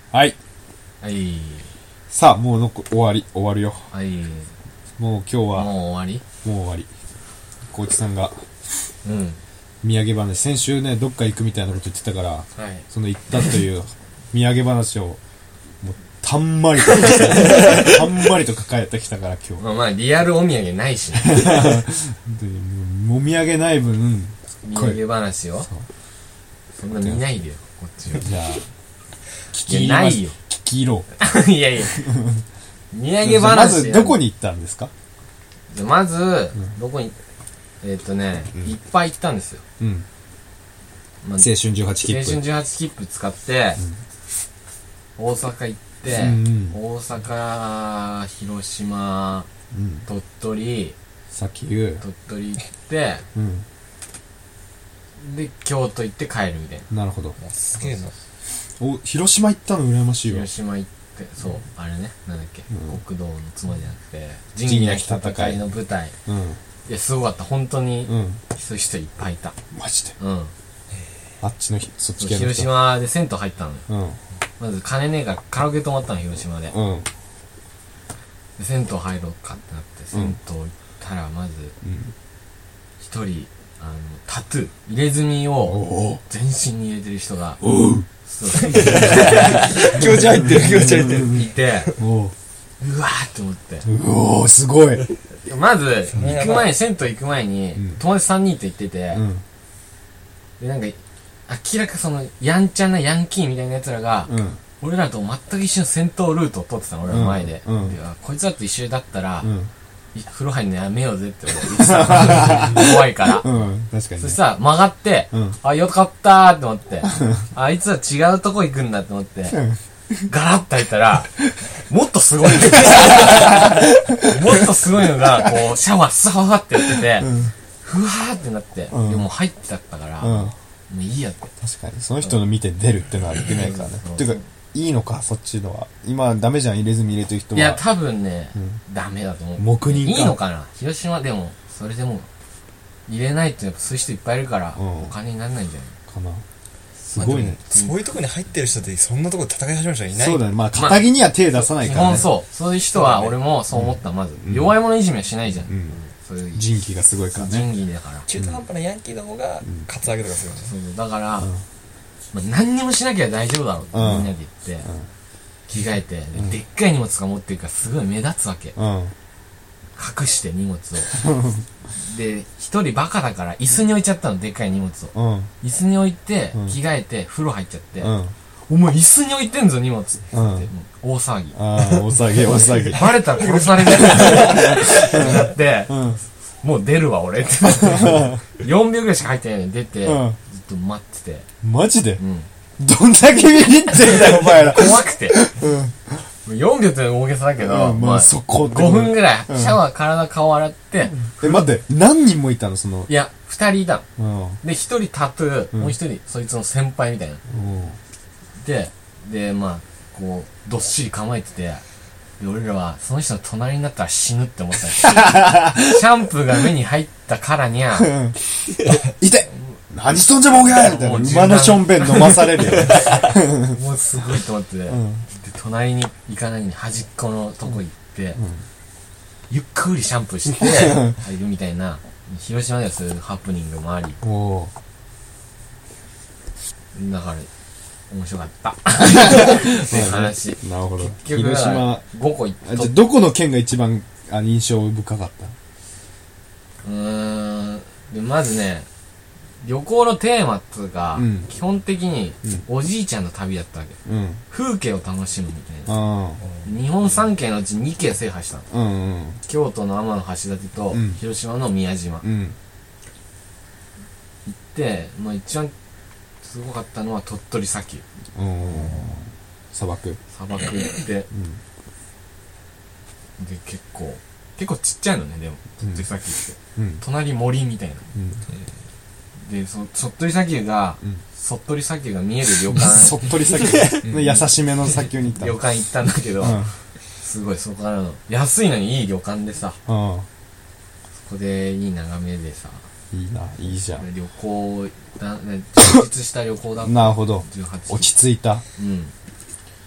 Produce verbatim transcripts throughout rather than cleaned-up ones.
はい。 はい。 さあ、もうのこ終わり、終わるよ。 はい。 もう今日は、 もう終わりもう終わり。コーチさんが、 うん。 土産話、先週ね、どっか行くみたいなこと言ってたから、 はい。 その行ったという土産話を、もう、たんまりと抱えて、たんまりと抱えてきたから今日。 まあまあ、リアルお土産ないしね。 でもみあげない分、 土産話をそんな見ないでよ、こっちを。 じゃあ、 聞き入れます。ないよ。 聞き入ろう。いやいや。土産話。 まず、どこに行ったんですか？ まず、うん、どこに、えーっとね、うん、いっぱい行ったんですよ。うん。 まあ、青春じゅうはち切符。 青春じゅうはち切符使って、うん、大阪行って、うんうん、大阪、広島、うん、鳥取、 砂丘、 鳥取行って、うん、で、京都行って帰るみたいな。 なるほど。 すげえな。 お、広島行ったの羨ましいわ。 広島行って、そう、あれね、なんだっけ、うん、国道の妻じゃなくて、仁義なき戦いの舞台。うん。いや、すごかった。本当に、うん、そういう人いっぱいいた。 マジで。 うん。 あっちの人、そっち系の人。 広島で銭湯入ったのよ。うん。まず金ねえからカラオケ泊まったの、広島で。うん。で、銭湯入ろうかってなって、銭湯行ったら、まず、一、うん、人、あの、タトゥー、入れ墨を全身に入れてる人が、おうそう気持ち入ってる、気持ち入ってる。 いて、おううわーって思って。 うおー、すごい。 まず、行く前に、銭湯行く前に、友達さんにんと行ってて、うん、で、なんか、明らかその、やんちゃなヤンキーみたいな奴らが、うん、俺らと全く一緒の戦闘ルートを取ってたの、俺らの前で。うんうん、でこいつらと一緒だったら、うん、風呂入るのやめようぜって言ってた怖いから。 うん、確かに、ね。 そしたら曲がって、うん、あ、よかったーって思って、あいつは違うとこ行くんだって思って、ガラッと開いたら、もっとすごい。もっとすごいのが、こう、シャワースワーってやってて、うん、ふわーってなって、うん、でも入ってだったから、うん、もういいやって。 確かに、その人の見て出るってのはいけないからね。っていうか、いいのか、そっちのは。今、ダメじゃん、入れ墨入れてる人は。 いや、多分ね、うん、ダメだと思う。 黙認か。 いいのかな広島でも、それでも、入れないってやっぱそういう人いっぱいいるから、うん、お金にならないんじゃないかな。 すごいね、 まあ、そういうとこに入ってる人ってそんなとこで戦い始める人はいない。 そうだね。まあ、肩着には手出さないからね。 基本そう。そういう人は俺もそう思った、まず。うん、弱い者いじめはしないじゃん。うん。 そういう。仁義がすごいからね。 仁義だから。 中途半端なヤンキーの方が、カツアゲとかするよね。 そうそう。だから、うん、まあ、何にもしなきゃ大丈夫だろうってみんなで言って、うん、着替えて、うん、でっかい荷物が持ってるからすごい目立つわけ。うん。隠して荷物を。で、一人バカだから椅子に置いちゃったの、でっかい荷物を。うん、椅子に置いて、着替えて、風呂入っちゃって、うん、お前椅子に置いてんぞ、荷物って。うん、大騒ぎ。 ああ、大騒ぎ、大騒ぎ。 バレたら殺されるってなって、うん、もう出るわ、俺って。よんびょうぐらいしか入ってないのに出て、うん、ずっと待ってて。 マジで？うん。どんだけビビってんだよ、お前ら。 怖くて。うんよんびょうって大げさだけど、うん、まあ、そこごふんぐらい、シャワー、体、顔洗って。 え、待って、何人もいたのその。 いや、二人いたの。で、一人タトゥー、もう一人、そいつの先輩みたいな。で、で、まあ、こう、どっしり構えてて、で、俺らは、その人の隣になったら死ぬって思ったシャンプーが目に入ったからにゃ、 いて何しとんじゃもうがみたいな。馬のションベン飲まされるよ。 もうすごいと思って、で、隣に行かないに端っこのとこ行って、うん、ゆっくりシャンプーして入るみたいな、広島ではそういうハプニングもあり、だから面白かったっていう話。 なるほど。 結局広島ごこ行った。 じゃあどこの県が一番印象深かった？ うーんでまずね、旅行のテーマっつうか、うん、基本的におじいちゃんの旅だったわけ、うん、風景を楽しむみたいな、うん、日本三景のうちにけい制覇したの、うんうん、京都の天橋立と、うん、広島の宮島、うん、行って、まあ、一番すごかったのは鳥取砂丘、 砂漠砂漠行って、うん、で結構結構ちっちゃいのね、でも鳥取砂丘って、うん、隣森みたいな、うんで、その、鳥取砂丘が、うん、鳥取砂丘が見える旅館。 鳥取砂丘の優しめの砂丘に行った旅館行ったんだけど、うん、すごいそこからの、安いのにいい旅館でさ、うん、そこでいい眺めでさ、 いいな、いいじゃん。 旅行、だ充実した旅行だった。 なるほど。落ち着いた。うん。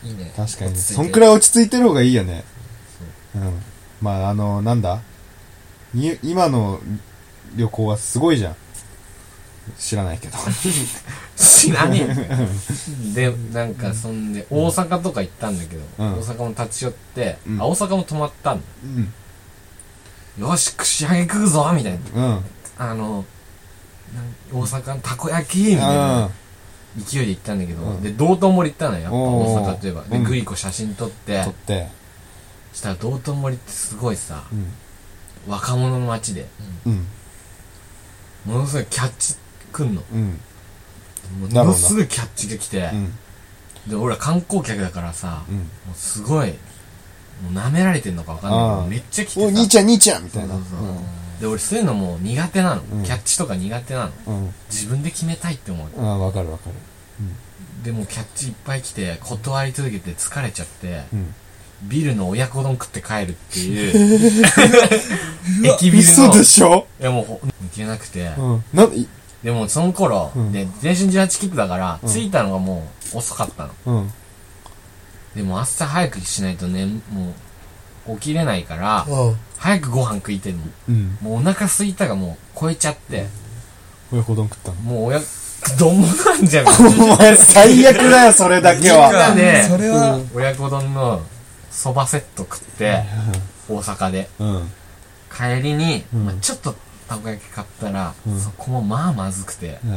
いいね。 確かに。 落ち着いてそんくらい落ち着いてる方がいいよね。うん。まあ、あの、なんだに今の旅行はすごいじゃん。知らないけど。 知らねえ。で、なんか、そんで、大阪とか行ったんだけど、 うん、 大阪も立ち寄って、 うん、 あ、大阪も泊まったんだ。 うん。 よし、串揚げ食うぞみたいな。 うん。 あの、大阪のたこ焼きみたいな勢いで行ったんだけど、うん、で、道頓堀行ったのよ、やっぱ大阪といえば。で、グリコ写真撮って、 撮って。 したら道頓堀ってすごいさ、 うん、 若者の街で、 うん、 ものすごいキャッチ来んの。 うん、 ものすごいキャッチが来て、 うん、で、 俺ら観光客だからさ、 うん、もうすごい、もう舐められてんのかわかんないけど、めっちゃ来てさ。 お、兄ちゃん兄ちゃんみたいな。 そうそうそう、うん、で、俺そういうのもう苦手なの、うん。キャッチとか苦手なの。うん、自分で決めたいって思う。 ああ、わかるわかる。 うん、でもキャッチいっぱい来て、断り続けて疲れちゃって、 うん、ビルの親子丼食って帰るっていう駅ビルの。 嘘でしょ？ いやもう行けなくて、 うん、なでもその頃、うん、で青春じゅうはち切符だから、うん、着いたのがもう遅かったの、うん、でも朝早くしないとね、もう起きれないから、うん、早くご飯食いてるの、うん、もうお腹空いたがもう超えちゃって、 うん、親子丼食ったの？ もう親丼もなんじゃんお前最悪だよそれだけは。 みんなでそれは親子丼のそばセット食って、大阪で、うん、帰りに、うん、まあ、ちょっとたこ焼き買ったら、うん、そこもまあまずくて、うん、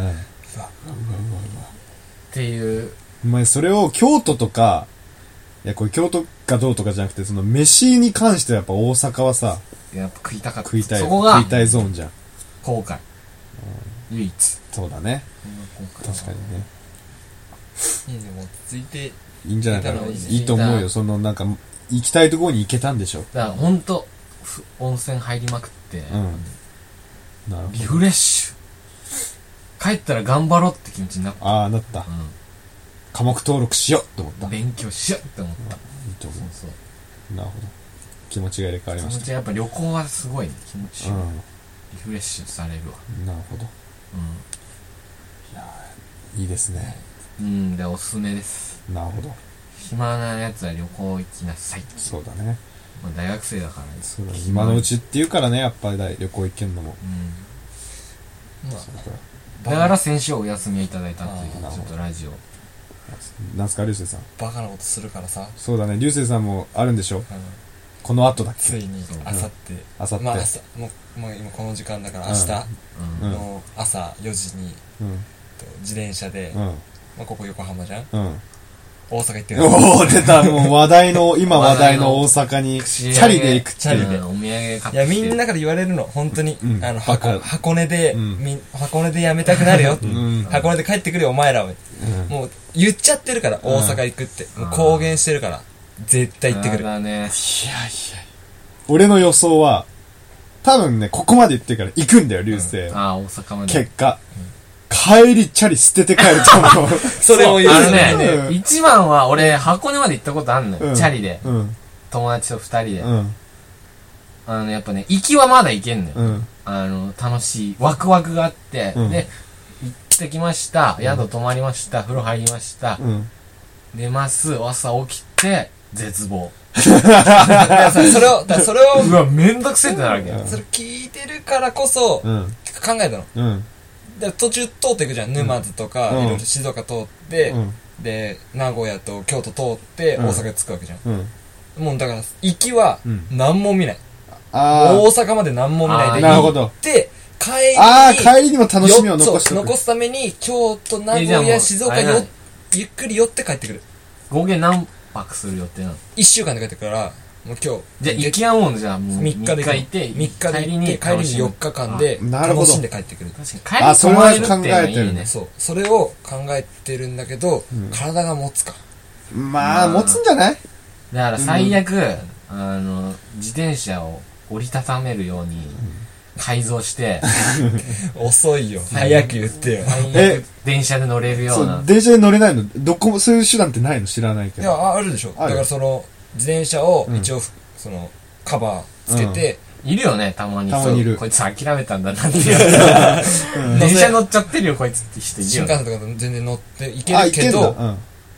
っていう。 お前それを京都とか、いやこれ京都かどうとかじゃなくて、その飯に関してはやっぱ大阪はさ、 やっぱ食いたかった。 食いたい、 そこが食いたいゾーンじゃん。 後悔、うん、唯一。 そうだね、確かにね。 いいね、もう落ち着いていいんじゃないかな。いいと思うよ。そのなんか行きたいところに行けたんでしょ。 だからほんと温泉入りまくって、うん、 なるほど。 リフレッシュ。帰ったら頑張ろうって気持ちになった。 ああ、なった、うん、科目登録しようって思った。 勉強しようって思った、うん、 いいと思う。 そうそう、 なるほど。気持ちが入れ替わりました。 気持ちやっぱ旅行はすごい、ね、気持ちいい、うん、リフレッシュされるわ。 なるほど、うん、いやいいですね。 うん、でおすすめです。 なるほど。 暇なやつは旅行行きなさい。 そうだね。 まあ、大学生だからね。 そうだね。今のうちっていうからね、やっぱり旅行行けんのも。 うん。まあ、だから先週お休みをいただいたっていう、ちょっとラジオ。 なんすか、流星さん。 バカなことするからさ。 そうだね、流星さんもあるんでしょ、うん、この後だっけ。 ついに、あさって。 あさって。 まあ、朝、もう、もう今この時間だから明日の朝よじに、うん、自転車で、うん、まあ、ここ横浜じゃん、うん、大阪行ってる。 おー、出た。もう話題の、今話題の大阪に、チャリで行くって。 チャリで。 お土産買って。 いや、みんなから言われるの、本当に。うん、あの、箱、箱根で、うん、み箱根でやめたくなるよ。うん、箱根で帰ってくるよ、お前らは。うん、もう、言っちゃってるから、大阪行くって。もう公言してるから、絶対行ってくる。 だね。いやいや。 俺の予想は、多分ね、ここまで行ってから行くんだよ、流星。 うん、ああ、大阪まで。 結果。帰りチャリ捨てて帰ると思う。 それも言う。 あのね、一番は俺、箱根まで行ったことあんのよ。 うん、 チャリで、うん。友達と二人で。うん、あの、やっぱね、行きはまだ行けんのよ。うん、あの、楽しい。ワクワクがあって、うん、で、行ってきました。宿泊まりました。風呂入りました。うん、寝ます。朝起きて、絶望。 それを、それを、 うわ、めんどくせえってなるわけ。 うん、それ聞いてるからこそ、うん、考えたの。うんで途中通っていくじゃん、沼津とか、うん、いろいろ静岡通って、うん、で名古屋と京都通って大阪に着くわけじゃん、うん、もうだから行きは何も見ない、うん、大阪まで何も見ないで行って帰りにあ帰りにも楽しみを残して残すために京都名古屋静岡よゆっくり寄って帰ってくる。 合計何泊する予定なの？ いっしゅうかんで帰ってくるからもう今日じゃあ行きはもうじゃあもうみっかでいてみっかで帰りに帰りによっかかんで楽しんで帰ってくる。 確かに帰り泊まれるっていうのはいいね。 そうそれを考えてるんだけど、うん、体が持つかまあ持つんじゃない。 だから最悪、うん、あの自転車を折りたためるように改造して遅いよ早く言ってよ。 え電車で乗れるような。 電車で乗れないのどこもそういう手段ってないの知らないけど。 いやあるでしょ。だからその自転車を一応、うん、そのカバーつけて、 うん、いるよねたまに。 たまにいる。 こいつ諦めたんだなっていうやつ、うん、電車乗っちゃってるよこいつって人いるよ、ね、 新幹線とか全然乗っていけるけど、うん、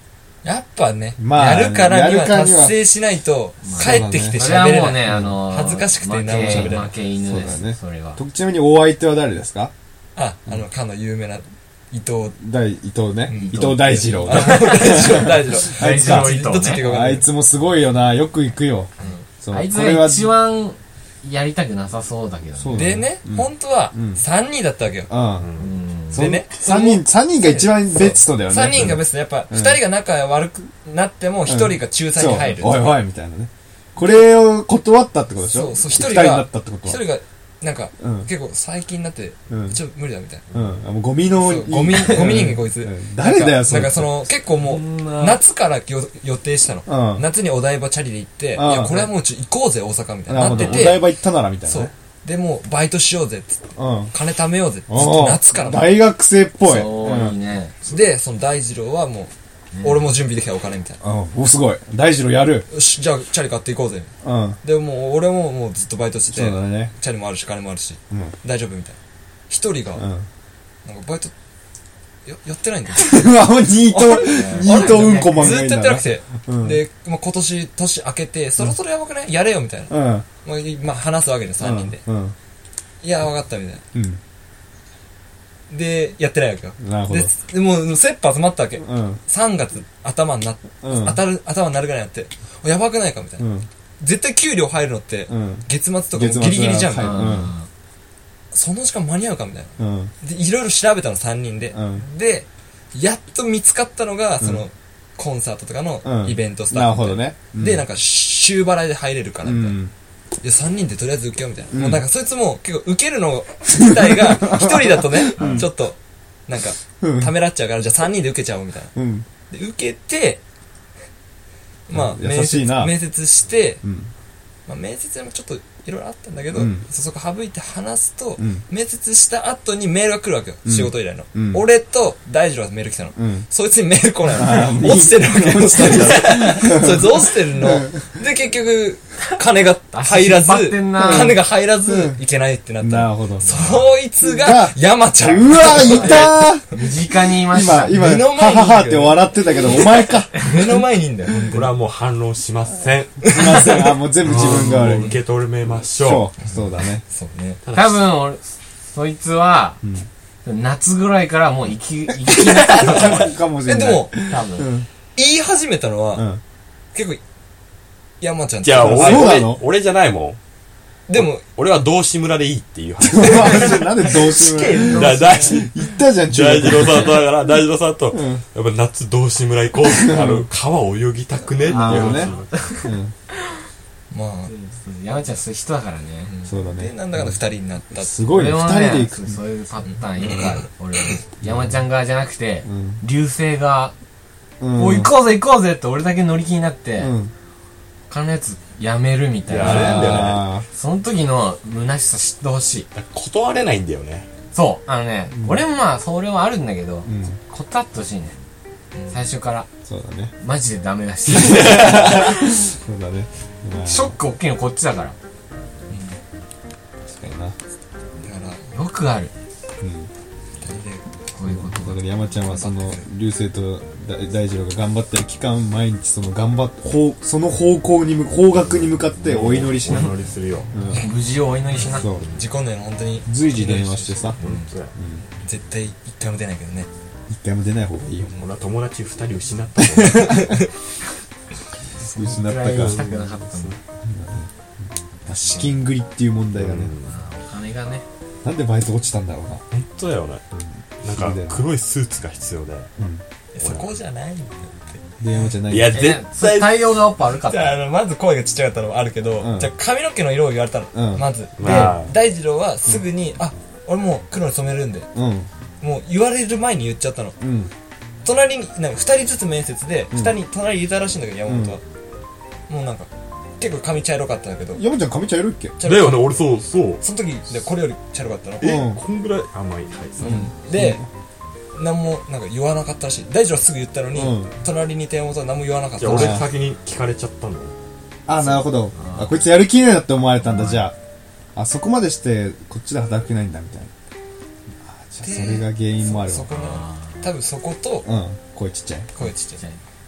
やっぱね、 まあやるからにはやるからには達成しないとまあ帰ってきてそれは喋れない、 もうね、あのー、 恥ずかしくて何も喋れない負け犬ですそうだねそれは。 とちなみにお相手は誰ですか？ あ、あのかの有名な伊藤大伊藤ね、 うん伊藤大二郎。 あ大二郎大二郎あいつか大二郎どっちっていうか分かんないあいつもすごいよな、よく行くよ。そうあいつこれはが一番やりたくなさそうだけどね。 そうだでね、 うん本当はうんさんにんだったわけよ、 うん。 うん。 そでね三人、三人が一番ベストだよね。 さんにんがベスト。やっぱふたりが仲悪くなってもひとりが仲裁に入る、 そうおいおいみたいなね。これを断ったってことでしょ？ そうそう、一人二人にながったってことは。 一人がなんか、 うん結構最近になって、 うんちょっと無理だみたいな、 うん。もうゴミのそうゴミゴミ人間こいつ、 うん誰だよそいつなんかなんかその結構もうそんな夏からよ予定したの、 うん夏にお台場チャリで行って、 うんいやこれはもうちょ行こうぜ大阪みたいなるほど。 ななってて、 お台場行ったならみたいなそうね。 でもうバイトしようぜっつってうん。 金貯めようぜっつっておー夏から大学生っぽい。 そううんいいね。 でその大二郎はもう、俺も準備できたお金みたいな、 うん。お、すごい。大二郎やる。 よしじゃあチャリ買っていこうぜうん。 でもう俺ももうずっとバイトしてて、 そうだね。 チャリもあるし金もあるしうん。 大丈夫みたいな一人が、 うん。 なんかバイトややってないんだようわ、もうニート、ニートうんこマンずっとがいいんだなやってなくて、 うんで、まあ、今年年明けてそろそろやばくない、やれよみたいな、 うん。 まあいまあ、話すわけでさんにんで、 うん。 いや分かったみたいなうん。 でやってないわけよなるほどででもう切羽詰まったわけ、 うん。 さんがつ頭になっ、 うん当たる頭になるぐらいになってやばくないかみたいな、 うん。 絶対給料入るのって、 うん。 月末とかもギリギリじゃん、 月末ははいうんその時間間に合うかみたいなうん。 でいろいろ調べたのさんにんで、 うんでやっと見つかったのがその、 うんコンサートとかのうんイベントスタッフなるほどね。うんでなんか週払いで入れるからうみたいな、 ん。 でさんにんでとりあえず受けようみたいな、 うんもうなんかそいつも結構受けるの自体がひとりだとね、ちょっとなんかうんためらっちゃうからじゃあさんにんで受けちゃおうみたいなうん。 で受けてまあ優面接しいな面接して、 うん。 まあ、面接でもちょっといろいろあったんだけど、 うんそそこ省いて話すと、 うん面接した後にメールが来るわけよ、 うん仕事依頼の、 うん俺と大二郎はメール来たの、 うん。 そいつにメール来ないあーの落ちてるわけよ落ちてるそいつ落ちてるので結局金が入らず足引っ張ってんな金が入らずうんいけないってなったのなるほど。 そいつが山ちゃんうわ、いた身近にいまーした。 今、今、 目の前にいるはははって笑ってたけど、お前か。 目の前にいんだよ本当にこれはもう反論しません。 すいません。あ、もう全部自分が悪い。 もう受け止めましょそう、そうだね。 そうねう。 多分俺、そいつは、夏ぐらいからもう生き、生きなかっかもしれない。 えでもた。多分。 言い始めたのは、 うん。 結構山ちゃんじゃあ、 あ俺、 そうなの俺、俺じゃないもん。 でも俺は道志村でいいっていう話。 なんでどうしようもない。 だ大言ったじゃん、中大二学。 郎さんとだから、大二郎さんと、 んやっぱ夏道志村行こうって。あの、川泳ぎたくねっていうあのね話。。 うん。 まあ山ちゃんそういう人だからね。 そうだね。 でなんだかんだふたりになったすごいね、 俺も二人でね行く。 そういうパターンよくある。俺、山ちゃん側じゃなくてうん、 流星が、 うんおい行こうぜ行こうぜって俺だけ乗り気になって、 うん。 他のやつやめるみたいいやあれな。 なんだよねあその時の虚しさ知ってほしい。 断れないんだよね。 そう、あのね、俺もまあそれはあるんだけど、 ーうん。 断ってほしいね。最初から。 そうだね。 マジでダメだし。 そうだね。まあショック大きいのこっちだから。 確かにな。 だからよくある。 うん。 ふたりでこういうことが。 だから山ちゃんはその流星と大大二郎が頑張ってる期間毎日その頑張っ方その方向に向方角に向かってお祈りしなお祈りするよ。 う無事をお祈りしな。 んそう事故んの本当に随時電話してさ本当だよ。 絶対一回も出ないけどね一回も出ない方がいいよ俺は友達二人失ったもん。 失ったかくらい行きたくなかったの。 ら資金繰りっていう問題がねお金がね。 なんでバイト落ちたんだろうな本当だよね。なんか黒いスーツが必要で。 うんそこじゃないんだよで山ちゃんないいや、 え絶それ対。 対応がやっぱ悪かっじゃあた。 あのまず声がちっちゃかったのもあるけど、 うんじゃあ髪の毛の色を言われたの、 うんまずで、 まあ大二郎はすぐに、あ俺もう黒に染めるんでうんもう言われる前に言っちゃったのうん隣になんかふたりずつ面接でうんふたり隣に入れたらしいんだけど山本は、もうなんか結構髪茶色かったんだけど山ちゃん髪茶色いっけ茶色だよね、俺そう、そう。 その時でこれより茶色かったのえ、 うんこんぐらい甘い。はい、そう。 うんで、何もなんか言わなかったらしい大二郎はすぐ言ったのに、 うん隣にいた山本は何も言わなかっじゃあたらしい俺先に聞かれちゃったの。 あなるほどあこいつやる気ないなって思われたんだじゃああそこまでしてこっちで働けないんだみたいなあじゃあそれが原因もあるわそこの多分そことうん声ちっちゃい声ちっちゃい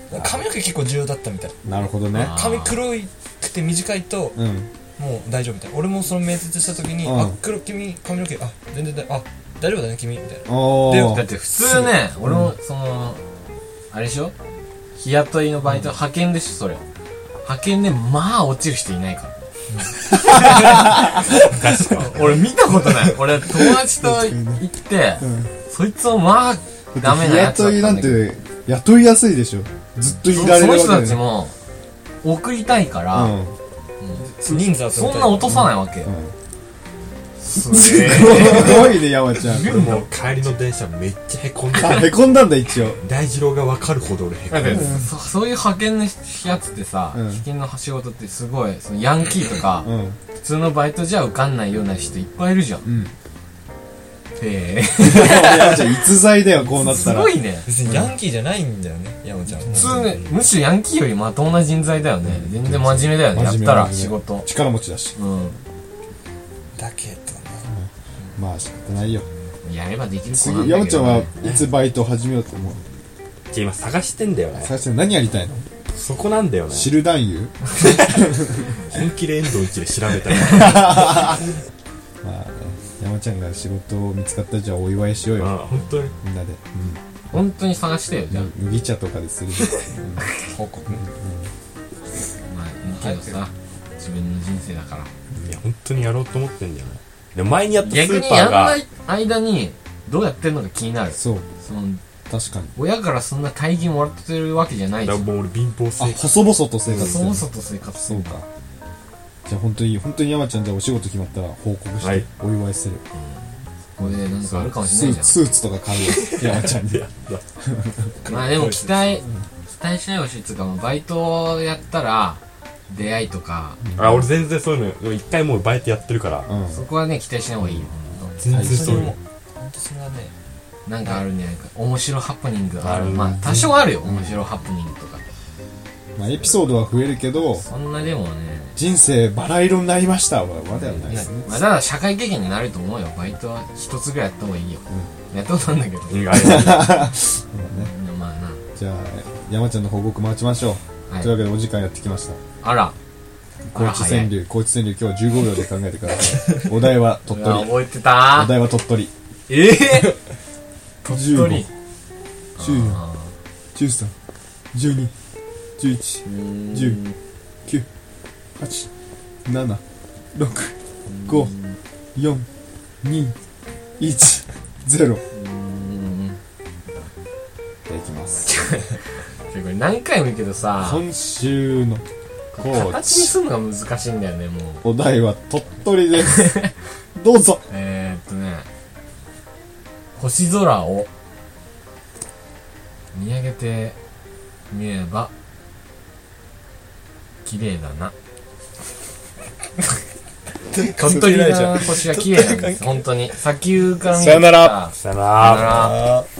髪の毛結構重要だったみたい。 なるほどね。 髪黒いくて短いと、うん、もう大丈夫みたいな。俺もその面接した時に、うん、あ、黒、君、髪の毛、あ、全然大丈夫、あ、大丈夫だね、君、みたいな。 で、だって普通ね、俺も、その、あれでしょ日雇いのバイト、派遣でしょ、それ。派遣で、まあ、落ちる人いないから。確かに。俺見たことない。俺、友達と行って、そいつもまあ、ダメなやつだったんだけど。 日雇いなんて、雇いやすいでしょ。ずっといられるわけその人たちも、送りたいから、 人数はそんな落とさないわけ。 すごいね、山ちゃん。 俺もう帰りの電車めっちゃへこんだ。 あ、へこんだんだ、一応。 大二郎が分かるほど俺へこんだ。 そ, そういう派遣のやつってさ、うん、派遣の仕事ってすごい、そのヤンキーとか、うん、普通のバイトじゃ受かんないような人いっぱいいるじゃん。うん、へぇ山ちゃん、逸材だよ、こうなったら。 すごいね。 別にヤンキーじゃないんだよね、山ちゃん。 普通ね、むしろヤンキーよりまともな人材だよね。全然真面目だよね、やったら仕事。 力持ちだし。うん。 だけどまあ仕方ないよ。 やればできる子なんだけど、ね、 山ちゃんはいつバイトを始めようと思う？ じゃあ今探してんだよね。 探して何やりたいの？ そこなんだよね。 知る男優本気で遠藤一で調べたりまあね、山ちゃんが仕事を見つかったらじゃあお祝いしようよ。 ああ本当にみんなで、うん、 本当に探してよ。じゃあ麦茶とかでする報告、うんうん、 まあいいけどさ、自分の人生だから。 いや本当にやろうと思ってんだよね。で前にやったスーパーが逆にやんない間にどうやってんのか気になる。 そう、 その確かに親からそんな大金もらってるわけじゃないじゃん。 だからもう俺貧乏生活、 あ、細々と生活細々と生活。 そうか。じゃあ本当に本当に山ちゃんじゃあお仕事決まったら報告して、はい、お祝いする、 うん、これでなんかあるかもしれないじゃん。 スーツとか買うよ山ちゃんにまあでも期待、うん、期待しないほしいっつうか、バイトやったら出会いとか、 うん、あ、俺全然そういうの一回もうバイトやってるから、 うん、そこはね期待しない方がいいよ、 うん、全然そういうの本当それはね、 なんかあるんじゃないか、面白ハプニングがある。まあ多少あるよ、面白ハプニングとか。 まあエピソードは増えるけど、 そんなでもね、 人生バラ色になりましたはまだはないですね。 まあだから社会経験になると思うよ。バイトは一つぐらいやった方がいいよ、うん、やったことなんだけど意外にまあな。 じゃあ山ちゃんの報告待ちましょう、はい、というわけでお時間やってきました。 あら、 高知川柳、高知川柳、今日じゅうごびょうで考えてください。お題は鳥取。 覚えてた。 お題は鳥取。 ええー、鳥取。じゅうご、じゅうよん、 じゅうさん、じゅうに、じゅういち、じゅう、きゅう、はち、なな、ろく、ご、よん、に、いち、ゼロ。じゃあいきます。 これ何回も言うけどさ、 今週の形にするのが難しいんだよね。もうお題は鳥取ですどうぞ。 えーっとね、星空を見上げてみれば綺麗だな鳥取の星は綺麗なんです本当に。砂丘から見るとさよなら。 さよなら。